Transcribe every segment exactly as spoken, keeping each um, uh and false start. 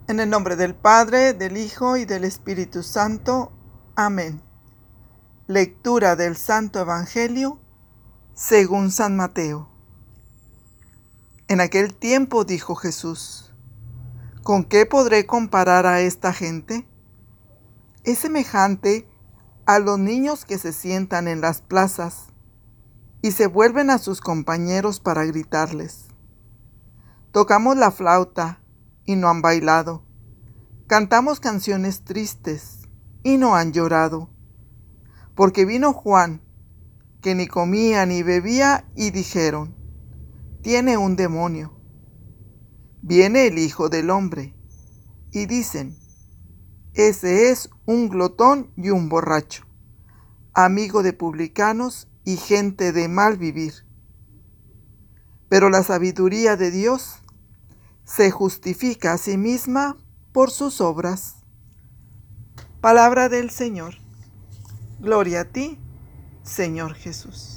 En el nombre del Padre, del Hijo y del Espíritu Santo. Amén. Lectura del Santo Evangelio según San Mateo. En aquel tiempo dijo Jesús: ¿Con qué podré comparar a esta gente? Es semejante a los niños que se sientan en las plazas y se vuelven a sus compañeros para gritarles: tocamos la flauta y no han bailado. Cantamos canciones tristes y no han llorado. Porque vino Juan, que ni comía ni bebía, y dijeron: tiene un demonio. Viene el Hijo del Hombre, y dicen: ese es un glotón y un borracho, amigo de publicanos y gente de mal vivir. Pero la sabiduría de Dios se justifica a sí misma por sus obras. Palabra del Señor. Gloria a ti, Señor Jesús.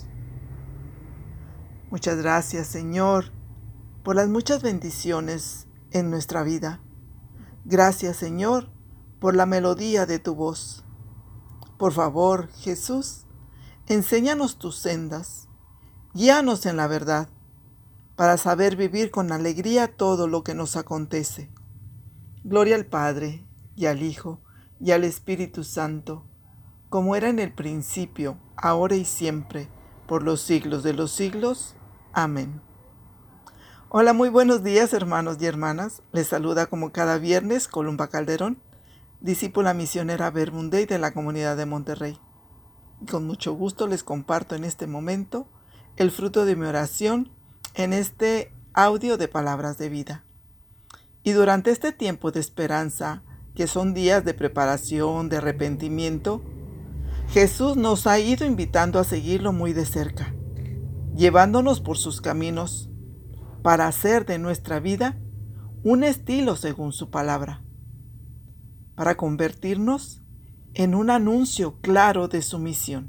Muchas gracias, Señor, por las muchas bendiciones en nuestra vida. Gracias, Señor, por la melodía de tu voz. Por favor, Jesús, enséñanos tus sendas, guíanos en la verdad, para saber vivir con alegría todo lo que nos acontece. Gloria al Padre, y al Hijo, y al Espíritu Santo, como era en el principio, ahora y siempre, por los siglos de los siglos. Amén. Hola, muy buenos días, hermanos y hermanas. Les saluda como cada viernes Columba Calderón, discípula misionera Verbum Dei de la Comunidad de Monterrey. Y con mucho gusto les comparto en este momento el fruto de mi oración en este audio de palabras de vida. Y durante este tiempo de esperanza, que son días de preparación, de arrepentimiento, Jesús nos ha ido invitando a seguirlo muy de cerca, llevándonos por sus caminos para hacer de nuestra vida un estilo según su palabra, para convertirnos en un anuncio claro de su misión.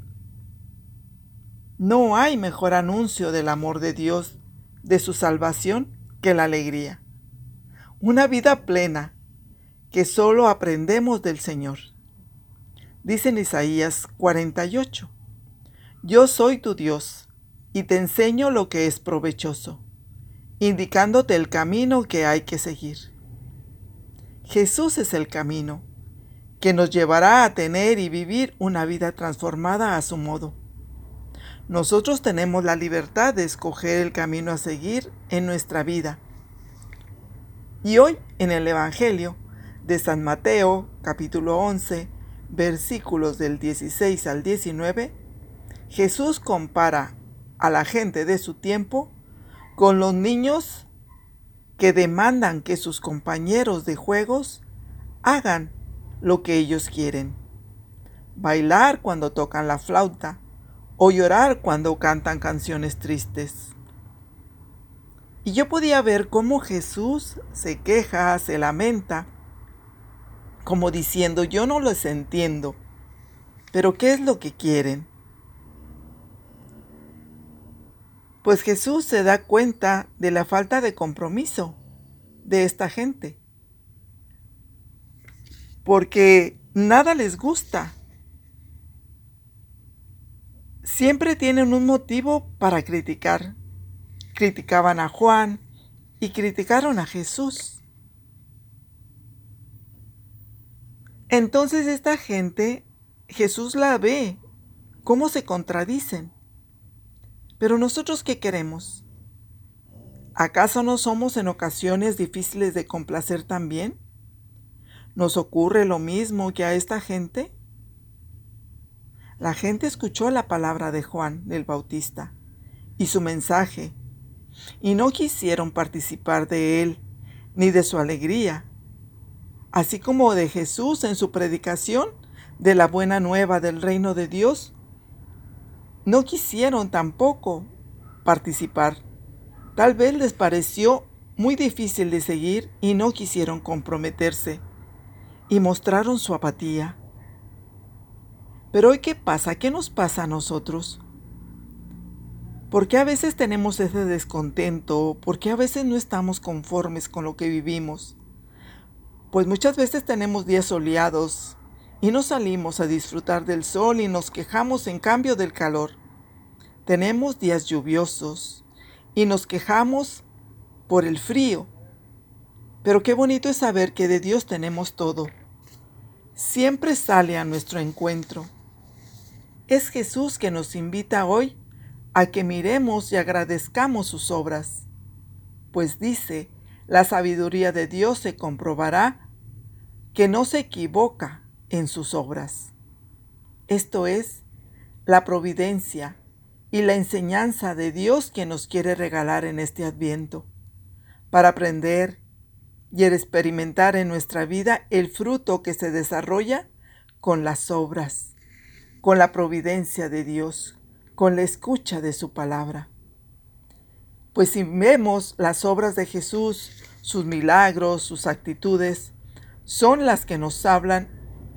No hay mejor anuncio del amor de Dios, de su salvación, que la alegría. Una vida plena que solo aprendemos del Señor. Dice en Isaías cuarenta y ocho: yo soy tu Dios y te enseño lo que es provechoso, indicándote el camino que hay que seguir. Jesús es el camino que nos llevará a tener y vivir una vida transformada a su modo. Nosotros tenemos la libertad de escoger el camino a seguir en nuestra vida. Y hoy, en el Evangelio de San Mateo, capítulo once, versículos del dieciséis al diecinueve, Jesús compara a la gente de su tiempo con los niños que demandan que sus compañeros de juegos hagan lo que ellos quieren: bailar cuando tocan la flauta o llorar cuando cantan canciones tristes. Y yo podía ver cómo Jesús se queja, se lamenta, como diciendo: yo no los entiendo, pero ¿qué es lo que quieren? Pues Jesús se da cuenta de la falta de compromiso de esta gente, porque nada les gusta. Siempre tienen un motivo para criticar. Criticaban a Juan y criticaron a Jesús. Entonces esta gente, Jesús la ve, cómo se contradicen. Pero nosotros, ¿qué queremos? ¿Acaso no somos en ocasiones difíciles de complacer también? ¿Nos ocurre lo mismo que a esta gente? La gente escuchó la palabra de Juan el Bautista y su mensaje, y no quisieron participar de él ni de su alegría, así como de Jesús en su predicación de la buena nueva del reino de Dios. No quisieron tampoco participar. Tal vez les pareció muy difícil de seguir y no quisieron comprometerse y mostraron su apatía. Pero hoy, ¿qué pasa? ¿Qué nos pasa a nosotros? ¿Por qué a veces tenemos ese descontento? ¿Por qué a veces no estamos conformes con lo que vivimos? Pues muchas veces tenemos días soleados y no salimos a disfrutar del sol y nos quejamos en cambio del calor. Tenemos días lluviosos y nos quejamos por el frío. Pero qué bonito es saber que de Dios tenemos todo. Siempre sale a nuestro encuentro. Es Jesús que nos invita hoy a que miremos y agradezcamos sus obras. Pues dice, la sabiduría de Dios se comprobará que no se equivoca en sus obras. Esto es la providencia y la enseñanza de Dios que nos quiere regalar en este Adviento, para aprender y experimentar en nuestra vida el fruto que se desarrolla con las obras, con la providencia de Dios, con la escucha de su palabra. Pues si vemos las obras de Jesús, sus milagros, sus actitudes, son las que nos hablan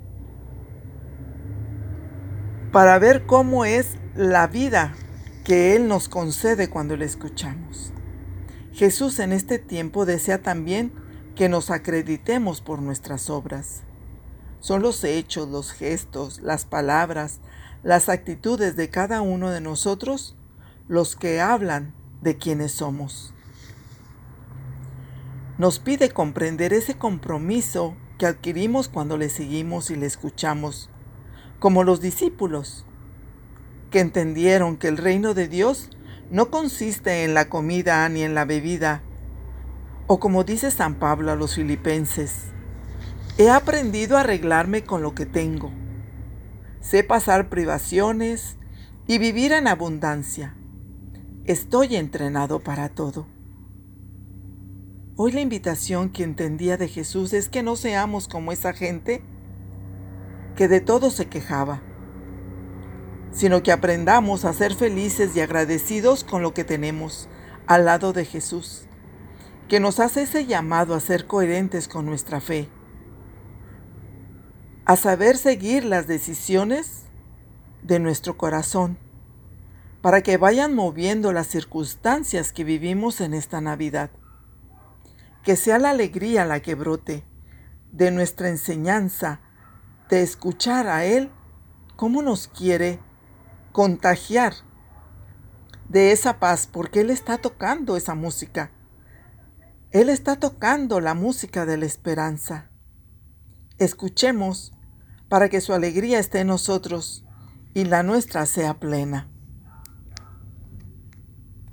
para ver cómo es la vida que Él nos concede cuando le escuchamos. Jesús en este tiempo desea también que nos acreditemos por nuestras obras. Son los hechos, los gestos, las palabras, las actitudes de cada uno de nosotros los que hablan de quiénes somos. Nos pide comprender ese compromiso que adquirimos cuando le seguimos y le escuchamos, como los discípulos, que entendieron que el reino de Dios no consiste en la comida ni en la bebida, o como dice San Pablo a los filipenses, he aprendido a arreglarme con lo que tengo. Sé pasar privaciones y vivir en abundancia. Estoy entrenado para todo. Hoy la invitación que entendía de Jesús es que no seamos como esa gente que de todo se quejaba, sino que aprendamos a ser felices y agradecidos con lo que tenemos al lado de Jesús, que nos hace ese llamado a ser coherentes con nuestra fe, a saber seguir las decisiones de nuestro corazón, para que vayan moviendo las circunstancias que vivimos en esta Navidad. Que sea la alegría la que brote de nuestra enseñanza, de escuchar a Él cómo nos quiere contagiar de esa paz, porque Él está tocando esa música. Él está tocando la música de la esperanza. Escuchemos para que su alegría esté en nosotros y la nuestra sea plena.